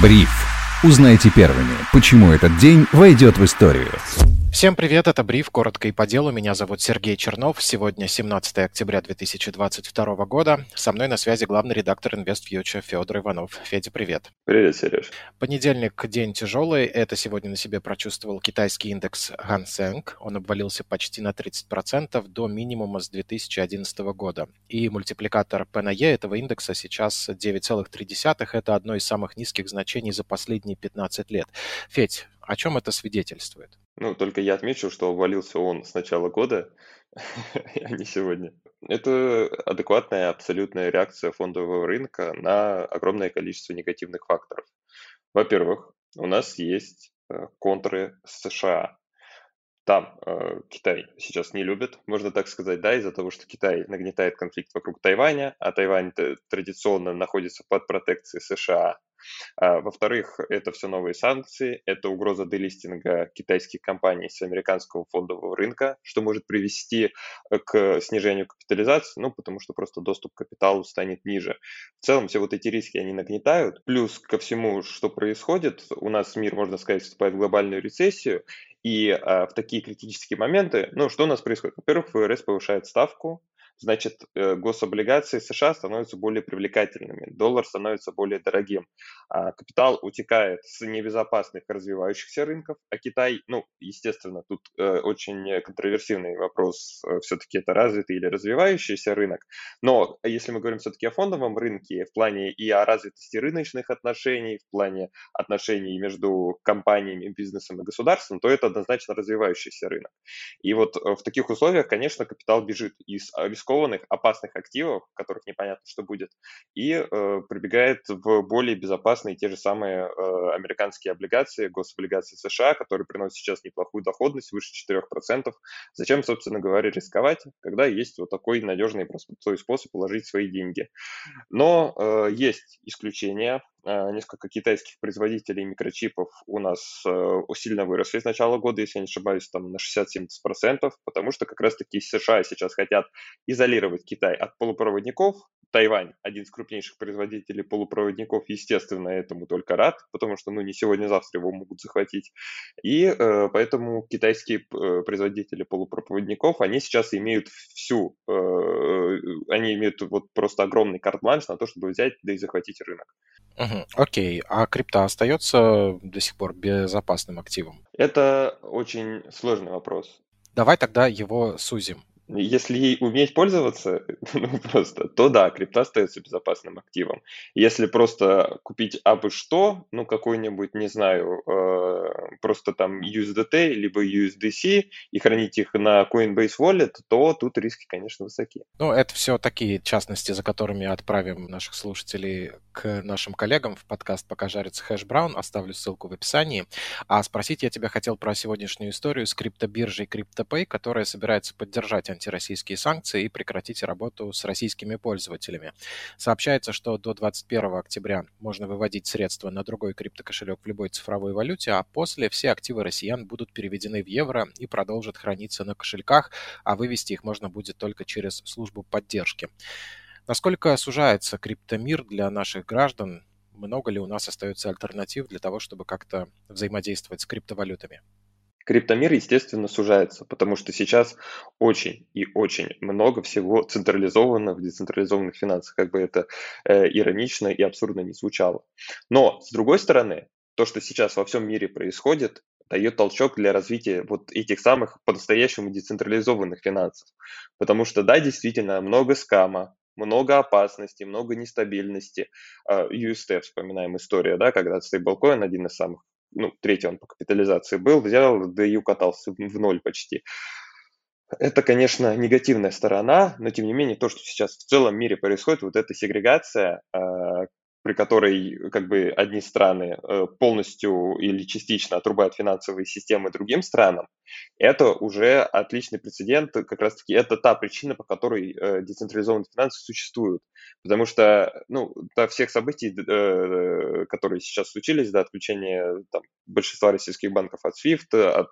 Бриф. Узнайте первыми, почему этот день войдет в историю. Всем привет, это Бриф, коротко и по делу. Меня зовут Сергей Чернов. Сегодня 17 октября 2022 года. Со мной на связи главный редактор InvestFuture Федор Иванов. Федя, привет. Привет, Сереж. Понедельник – день тяжелый. Это сегодня на себе прочувствовал китайский индекс Hang Seng. Он обвалился почти на 30% до минимума с 2011 года. И мультипликатор P на E этого индекса сейчас 9,3. Это одно из самых низких значений за последние 15 лет. Федь, о чем это свидетельствует? Только я отмечу, что обвалился он с начала года, а не сегодня. Это адекватная абсолютная реакция фондового рынка на огромное количество негативных факторов. Во-первых, у нас есть контры с США. Там Китай сейчас не любит, можно так сказать, да, из-за того, что Китай нагнетает конфликт вокруг Тайваня, а Тайвань традиционно находится под протекцией США. Во-вторых, это все новые санкции, это угроза делистинга китайских компаний с американского фондового рынка, что может привести к снижению капитализации, потому что просто доступ к капиталу станет ниже. В целом все вот эти риски, они нагнетают. Плюс ко всему, что происходит, у нас мир, можно сказать, вступает в глобальную рецессию, и в такие критические моменты, что у нас происходит? Во-первых, ФРС повышает ставку, значит, гособлигации США становятся более привлекательными, доллар становится более дорогим, капитал утекает с небезопасных развивающихся рынков, а Китай, естественно, тут очень контроверсивный вопрос, все-таки это развитый или развивающийся рынок, но если мы говорим все-таки о фондовом рынке, в плане и о развитости рыночных отношений, в плане отношений между компаниями, бизнесом и государством, то это однозначно развивающийся рынок. И вот в таких условиях, конечно, капитал бежит из рискованных, опасных активов, в которых непонятно, что будет, и прибегает в более безопасные те же самые американские облигации, гособлигации США, которые приносят сейчас неплохую доходность, выше 4%. Зачем, собственно говоря, рисковать, когда есть вот такой надежный и простой способ вложить свои деньги. Но есть исключения. Несколько китайских производителей микрочипов у нас сильно выросли с начала года, если я не ошибаюсь, там на 60-70%, потому что как раз-таки США сейчас хотят изолировать Китай от полупроводников. Тайвань, один из крупнейших производителей полупроводников, естественно, этому только рад, потому что, не сегодня-завтра его могут захватить. И поэтому китайские производители полупроводников, они сейчас имеют они имеют вот просто огромный карт-бланш на то, чтобы взять, да и захватить рынок. Окей, а крипта остается до сих пор безопасным активом? Это очень сложный вопрос. Давай тогда его сузим. Если ей уметь пользоваться, то да, крипта остается безопасным активом. Если просто купить абы что, какой-нибудь, не знаю, просто там USDT, либо USDC и хранить их на Coinbase Wallet, то тут риски, конечно, высоки. Это все такие частности, за которыми отправим наших слушателей к нашим коллегам в подкаст «Пока жарится хэш браун». Оставлю ссылку в описании. А спросить я тебя хотел про сегодняшнюю историю с криптобиржей CryptoPay, которая собирается поддержать антироссийские санкции и прекратить работу с российскими пользователями. Сообщается, что до 21 октября можно выводить средства на другой криптокошелек в любой цифровой валюте, а после все активы россиян будут переведены в евро и продолжат храниться на кошельках, а вывести их можно будет только через службу поддержки. Насколько сужается криптомир для наших граждан? Много ли у нас остается альтернатив для того, чтобы как-то взаимодействовать с криптовалютами? Криптомир, естественно, сужается, потому что сейчас очень и очень много всего централизовано в децентрализованных финансах, как бы это иронично и абсурдно не звучало. Но, с другой стороны, то, что сейчас во всем мире происходит, дает толчок для развития вот этих самых по-настоящему децентрализованных финансов. Потому что, да, действительно, много скама, много опасности, много нестабильности. UST, вспоминаем история, да, когда стейблкоин, один из самых, третий он по капитализации был, взял, да и укатался в ноль почти. Это, конечно, негативная сторона, но тем не менее то, что сейчас в целом мире происходит, вот эта сегрегация, при которой как бы одни страны полностью или частично отрубают финансовые системы другим странам, это уже отличный прецедент, как раз-таки это та причина, по которой децентрализованные финансы существуют. Потому что, до всех событий, которые сейчас случились, до отключения большинства российских банков от SWIFT,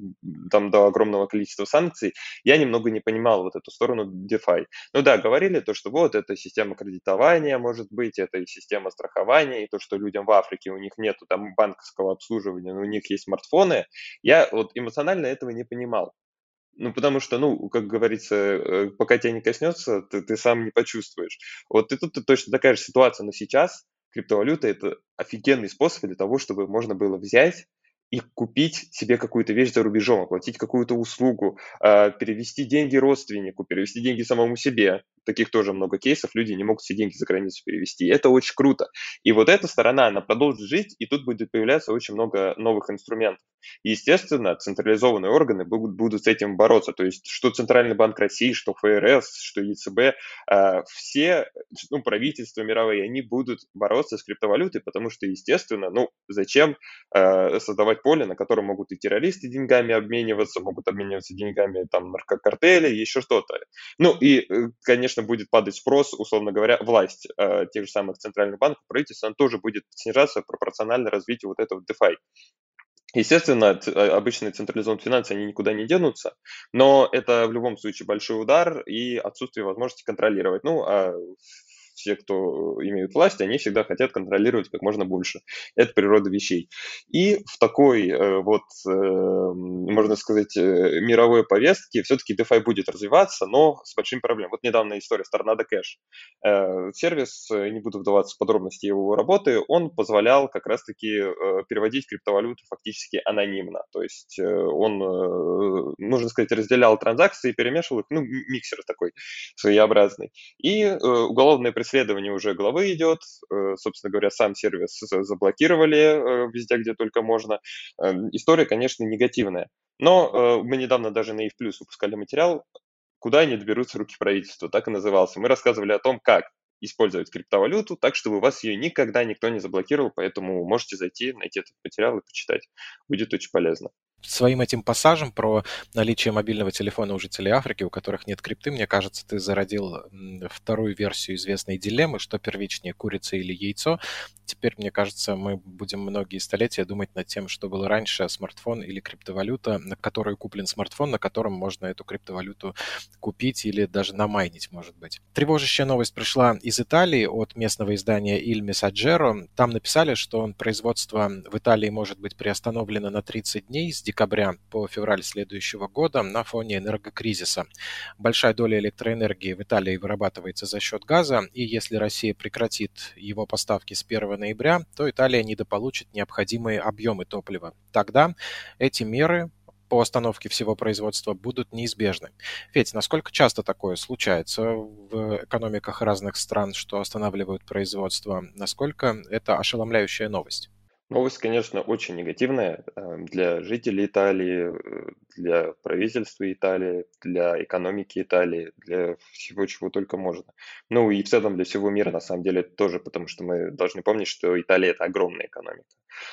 до огромного количества санкций, я немного не понимал вот эту сторону DeFi. Да, говорили то, что вот это система кредитования может быть, это и система система страхования, и то, что людям в Африке у них нету там банковского обслуживания, но у них есть смартфоны, я вот эмоционально этого не понимал. Ну, потому что, ну, как говорится, пока тебя не коснется, ты сам не почувствуешь. Вот и тут точно такая же ситуация, но сейчас криптовалюта – это офигенный способ для того, чтобы можно было взять и купить себе какую-то вещь за рубежом, оплатить какую-то услугу, перевести деньги родственнику, перевести деньги самому себе. Таких тоже много кейсов, люди не могут все деньги за границу перевести. Это очень круто. И вот эта сторона, она продолжит жить, и тут будет появляться очень много новых инструментов. И, естественно, централизованные органы будут с этим бороться. То есть, что Центральный банк России, что ФРС, что ЕЦБ, все, ну, правительства мировые, они будут бороться с криптовалютой, потому что, естественно, ну, зачем создавать поле, на котором могут и террористы деньгами обмениваться, могут обмениваться деньгами там наркокартели, еще что-то. Ну, и, конечно, будет падать спрос, условно говоря, власть тех же самых центральных банков, правительства, она тоже будет снижаться пропорционально развитию вот этого DeFi. Естественно, обычные централизованные финансы, они никуда не денутся, но это в любом случае большой удар и отсутствие возможности контролировать. Ну, а все, кто имеют власть, они всегда хотят контролировать как можно больше. Это природа вещей. И в такой можно сказать, мировой повестке все-таки DeFi будет развиваться, но с большими проблемами. Вот недавняя история с Tornado Cash. Сервис, не буду вдаваться в подробности его работы, он позволял как раз-таки переводить криптовалюту фактически анонимно. То есть он, можно сказать, разделял транзакции, перемешивал их, ну, миксер такой своеобразный. И уголовное преследование уже главы идет. Собственно говоря, сам сервис заблокировали везде, где только можно. История, конечно, негативная. Но мы недавно даже на ETH Plus выпускали материал «Куда не доберутся руки правительства», так и назывался. Мы рассказывали о том, как использовать криптовалюту так, чтобы у вас ее никогда никто не заблокировал, поэтому можете зайти, найти этот материал и почитать. Будет очень полезно. Своим этим пассажем про наличие мобильного телефона у жителей Африки, у которых нет крипты, мне кажется, ты зародил вторую версию известной дилеммы, что первичнее, курица или яйцо. Теперь, мне кажется, мы будем многие столетия думать над тем, что было раньше, смартфон или криптовалюта, на которую куплен смартфон, на котором можно эту криптовалюту купить или даже намайнить, может быть. Тревожащая новость пришла из Италии от местного издания Il Messaggero. Там написали, что производство в Италии может быть приостановлено на 30 дней с декабря по февраль следующего года на фоне энергокризиса. Большая доля электроэнергии в Италии вырабатывается за счет газа, и если Россия прекратит его поставки с 1 ноября, то Италия недополучит необходимые объемы топлива. Тогда эти меры по остановке всего производства будут неизбежны. Федь, насколько часто такое случается в экономиках разных стран, что останавливают производство? Насколько это ошеломляющая новость? Новость, конечно, очень негативная для жителей Италии, для правительства Италии, для экономики Италии, для всего, чего только можно. Ну и в целом для всего мира, на самом деле, тоже, потому что мы должны помнить, что Италия – это огромная экономика.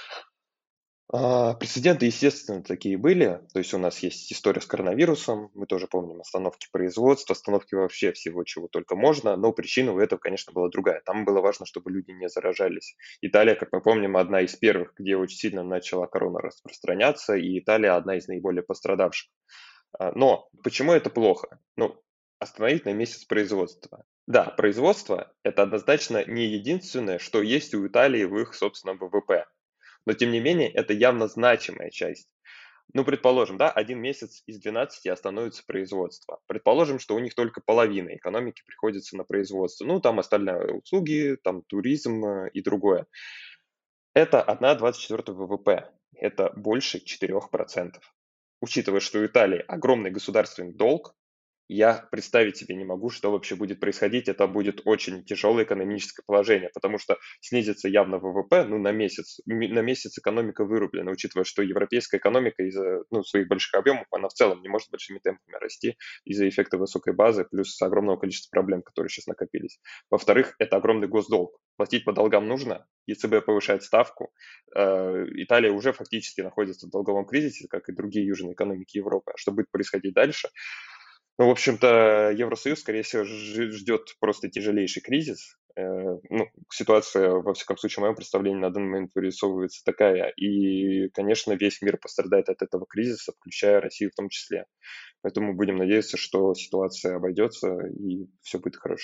Прецеденты, естественно, такие были. То есть у нас есть история с коронавирусом, мы тоже помним остановки производства, остановки вообще всего, чего только можно, но причина у этого, конечно, была другая. Там было важно, чтобы люди не заражались. Италия, как мы помним, одна из первых, где очень сильно начала корона распространяться, и Италия одна из наиболее пострадавших. Но почему это плохо? Ну, остановить на месяц производства. Да, производство – это однозначно не единственное, что есть у Италии в их собственном ВВП. Но, тем не менее, это явно значимая часть. Ну, предположим, да, 1 месяц из 12 остановится производство. Предположим, что у них только половина экономики приходится на производство. Ну, там остальные услуги, там туризм и другое. Это 1/24 ВВП. Это больше 4%. Учитывая, что у Италии огромный государственный долг, я представить себе не могу, что вообще будет происходить. Это будет очень тяжелое экономическое положение, потому что снизится явно ВВП, ну, на месяц. На месяц экономика вырублена, учитывая, что европейская экономика из-за своих больших объемов, она в целом не может большими темпами расти из-за эффекта высокой базы, плюс огромного количества проблем, которые сейчас накопились. Во-вторых, это огромный госдолг. Платить по долгам нужно, ЕЦБ повышает ставку. Италия уже фактически находится в долговом кризисе, как и другие южные экономики Европы. А что будет происходить дальше? Ну, в общем-то, Евросоюз, скорее всего, ждет просто тяжелейший кризис. Ну, ситуация, во всяком случае, в моем представлении на данный момент вырисовывается такая. И, конечно, весь мир пострадает от этого кризиса, включая Россию в том числе. Поэтому будем надеяться, что ситуация обойдется и все будет хорошо.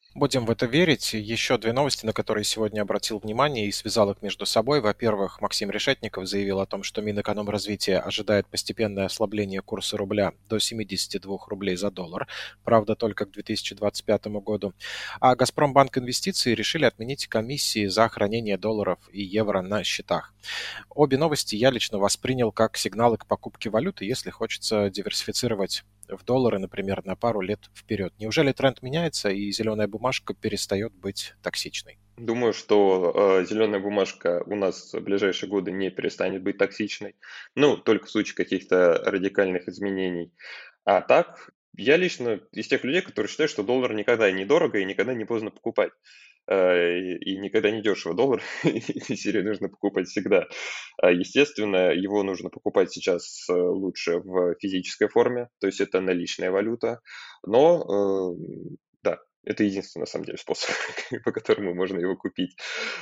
Будем в это верить. Еще две новости, на которые сегодня обратил внимание и связал их между собой. Во-первых, Максим Решетников заявил о том, что Минэкономразвития ожидает постепенное ослабление курса рубля до 72 рублей за доллар. Правда, только к 2025 году. А Газпромбанк Инвестиции решили отменить комиссии за хранение долларов и евро на счетах. Обе новости я лично воспринял как сигналы к покупке валюты, если хочется диверсифицировать в доллары, например, на пару лет вперед. Неужели тренд меняется и зеленая бумажка перестает быть токсичной? Думаю, что зеленая бумажка у нас в ближайшие годы не перестанет быть токсичной. Ну, только в случае каких-то радикальных изменений. А так, я лично из тех людей, которые считают, что доллар никогда не дорого и никогда не поздно покупать. И никогда не дешево доллар, и серию нужно покупать всегда. Естественно, его нужно покупать сейчас лучше в физической форме, то есть это наличная валюта. Но да, это единственный, на самом деле, способ, по которому можно его купить.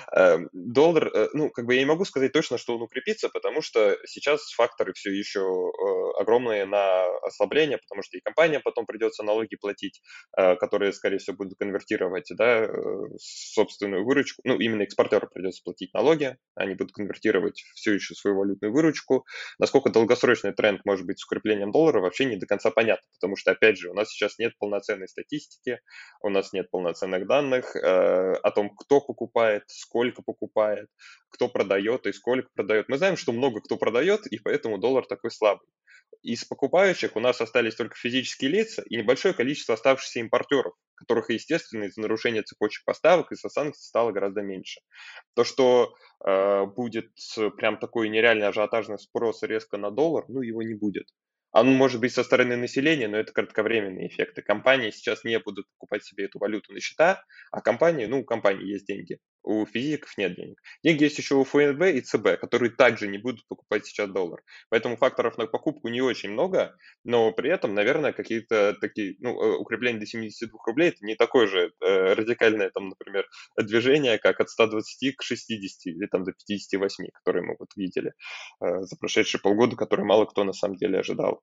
Доллар, ну, как бы я не могу сказать точно, что он укрепится, потому что сейчас факторы все еще огромные на ослабление, потому что и компаниям потом придется налоги платить, которые, скорее всего, будут конвертировать, да, собственную выручку. Ну, именно экспортеру придется платить налоги, они будут конвертировать все еще свою валютную выручку. Насколько долгосрочный тренд может быть с укреплением доллара, вообще не до конца понятно, потому что, опять же, у нас сейчас нет полноценной статистики, у нас нет полноценных данных о том, кто покупает, сколько покупает, кто продает и сколько продает. Мы знаем, что много кто продает, и поэтому доллар такой слабый. Из покупающих у нас остались только физические лица и небольшое количество оставшихся импортеров, которых, естественно, из-за нарушения цепочек поставок из-за санкций стало гораздо меньше. То, что будет прям такой нереальный ажиотажный спрос резко на доллар, ну, его не будет. Он может быть со стороны населения, но это кратковременные эффекты. Компании сейчас не будут покупать себе эту валюту на счета, а компании, ну, у компании есть деньги, у физиков нет денег. Деньги есть еще у ФНБ и ЦБ, которые также не будут покупать сейчас доллар. Поэтому факторов на покупку не очень много, но при этом, наверное, какие-то такие, ну, укрепление до 72 рублей, это не такое же радикальное, там, например, движение, как от 120 к 60 или там до 58, которые мы вот видели за прошедшие полгода, которые мало кто на самом деле ожидал.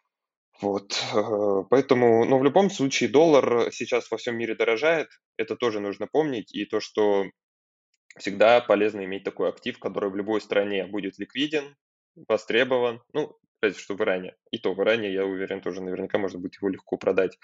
Вот, поэтому, ну, в любом случае доллар сейчас во всем мире дорожает, это тоже нужно помнить, и то, что всегда полезно иметь такой актив, который в любой стране будет ликвиден, востребован, ну, разве что в Иране. И то в Иране, я уверен, тоже наверняка можно будет его легко продать.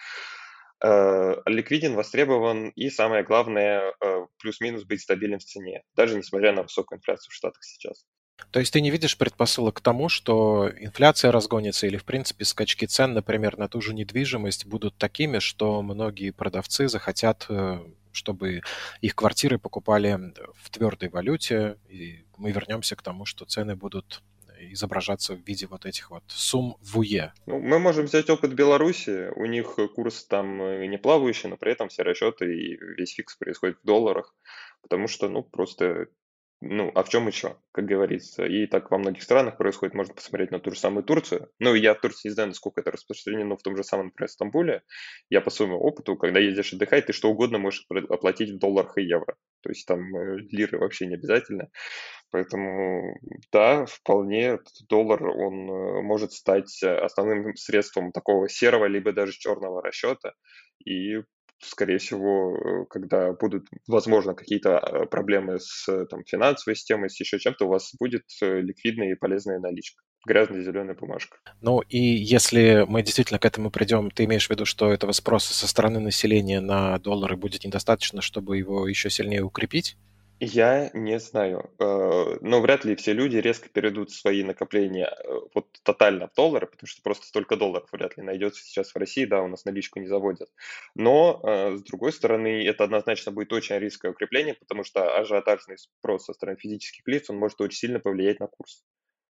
Ликвиден, востребован и, самое главное, плюс-минус быть стабилен в цене, даже несмотря на высокую инфляцию в Штатах сейчас. То есть ты не видишь предпосылок к тому, что инфляция разгонится или, в принципе, скачки цен, например, на ту же недвижимость будут такими, что многие продавцы захотят, чтобы их квартиры покупали в твердой валюте, и мы вернемся к тому, что цены будут изображаться в виде вот этих вот сумм в УЕ. Ну, мы можем взять опыт Беларуси. У них курс там не плавающий, но при этом все расчеты и весь фикс происходит в долларах, потому что, ну, просто, ну, а в чем еще, как говорится. И так во многих странах происходит. Можно посмотреть на ту же самую Турцию. Ну, я в Турции не знаю, насколько это распространено в том же самом, например, Стамбуле. Я по своему опыту, когда едешь отдыхать, ты что угодно можешь оплатить в долларах и евро. То есть там лиры вообще не обязательно. Поэтому, да, вполне этот доллар, он может стать основным средством такого серого, либо даже черного расчета. И, скорее всего, когда будут, возможно, какие-то проблемы с там, финансовой системой, с еще чем-то, у вас будет ликвидная и полезная наличка. Грязная зеленая бумажка. Ну и если мы действительно к этому придем, ты имеешь в виду, что этого спроса со стороны населения на доллары будет недостаточно, чтобы его еще сильнее укрепить? Я не знаю, но вряд ли все люди резко перейдут свои накопления вот тотально в доллары, потому что просто столько долларов вряд ли найдется сейчас в России, да, у нас наличку не заводят. Но, с другой стороны, это однозначно будет очень рисковое укрепление, потому что ажиотажный спрос со стороны физических лиц, он может очень сильно повлиять на курс.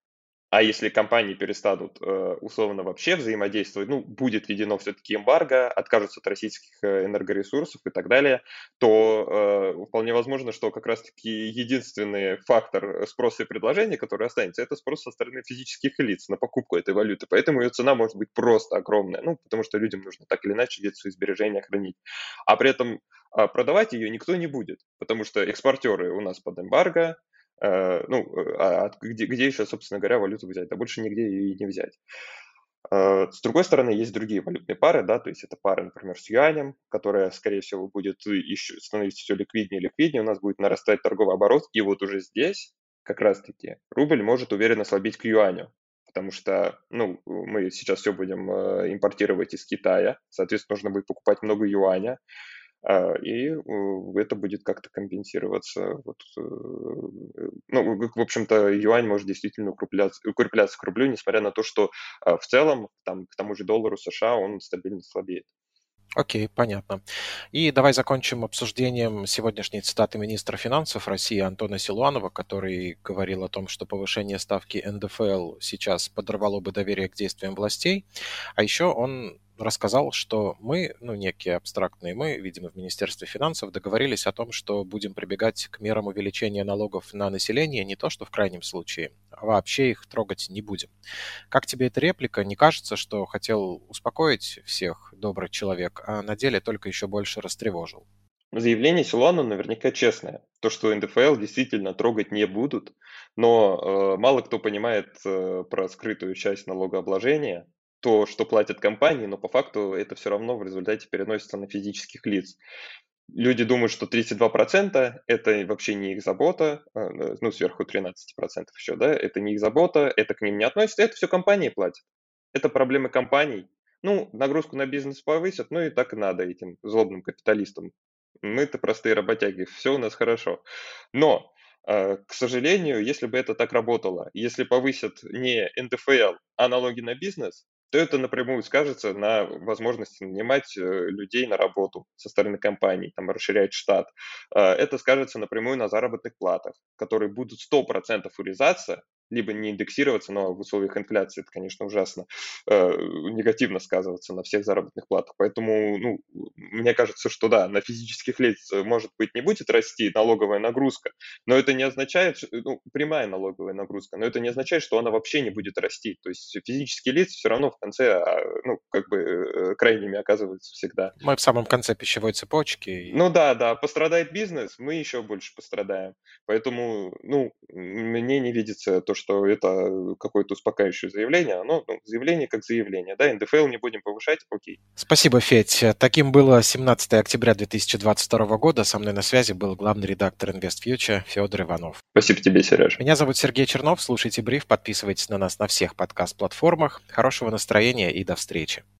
А если компании перестанут условно вообще взаимодействовать, ну, будет введено все-таки эмбарго, откажутся от российских энергоресурсов и так далее, то вполне возможно, что как раз-таки единственный фактор спроса и предложения, который останется, это спрос со стороны физических лиц на покупку этой валюты. Поэтому ее цена может быть просто огромная, ну, потому что людям нужно так или иначе где-то свои сбережения хранить. А при этом продавать ее никто не будет, потому что экспортеры у нас под эмбарго, ну, где еще, собственно говоря, валюту взять? Да больше нигде ее и не взять. С другой стороны, есть другие валютные пары, да, то есть это пара, например, с юанем, которая, скорее всего, будет еще становиться все ликвиднее и ликвиднее, у нас будет нарастать торговый оборот, и вот уже здесь как раз-таки рубль может уверенно слабеть к юаню, потому что, ну, мы сейчас все будем импортировать из Китая, соответственно, нужно будет покупать много юаня, это будет как-то компенсироваться. Вот, ну, в общем-то, юань может действительно укрепляться к рублю, несмотря на то, что в целом, там, к тому же доллару США он стабильно слабеет. Окей, понятно. И давай закончим обсуждением сегодняшней цитаты министра финансов России Антона Силуанова, который говорил о том, что повышение ставки НДФЛ сейчас подорвало бы доверие к действиям властей. А еще он рассказал, что мы, ну, некие абстрактные мы, видимо, в Министерстве финансов, договорились о том, что будем прибегать к мерам увеличения налогов на население не то, что в крайнем случае, а вообще их трогать не будем. Как тебе эта реплика? Не кажется, что хотел успокоить всех добрый человек, а на деле только еще больше растревожил? Заявление Силуанова наверняка честное. То, что НДФЛ действительно трогать не будут, но мало кто понимает про скрытую часть налогообложения, то, что платят компании, но по факту это все равно в результате переносится на физических лиц. Люди думают, что 32% это вообще не их забота, ну, сверху 13% еще, да, это не их забота, это к ним не относится, это все компании платят. Это проблемы компаний. Ну, нагрузку на бизнес повысят, ну и так и надо этим злобным капиталистам. Мы-то простые работяги, все у нас хорошо. Но, к сожалению, если бы это так работало, если повысят не НДФЛ, а налоги на бизнес, то это напрямую скажется на возможности нанимать людей на работу со стороны компаний, там, расширять штат. Это скажется напрямую на заработных платах, которые будут 100% урезаться, либо не индексироваться, но в условиях инфляции это, конечно, ужасно, негативно сказываться на всех заработных платах. Поэтому, ну, мне кажется, что да, на физических лиц, может быть, не будет расти налоговая нагрузка, но это не означает, ну, прямая налоговая нагрузка, но это не означает, что она вообще не будет расти. То есть физические лица все равно в конце, ну, как бы крайними оказываются всегда. Мы в самом конце пищевой цепочки. Ну да, да, пострадает бизнес, мы еще больше пострадаем. Поэтому, ну, мне не видится то, что это какое-то успокаивающее заявление. Оно, ну, заявление как заявление. Да, НДФЛ не будем повышать, окей. Спасибо, Федь. Таким было 17 октября 2022 года. Со мной на связи был главный редактор InvestFuture Федор Иванов. Спасибо тебе, Сереж. Меня зовут Сергей Чернов. Слушайте Бриф, подписывайтесь на нас на всех подкаст-платформах. Хорошего настроения и до встречи.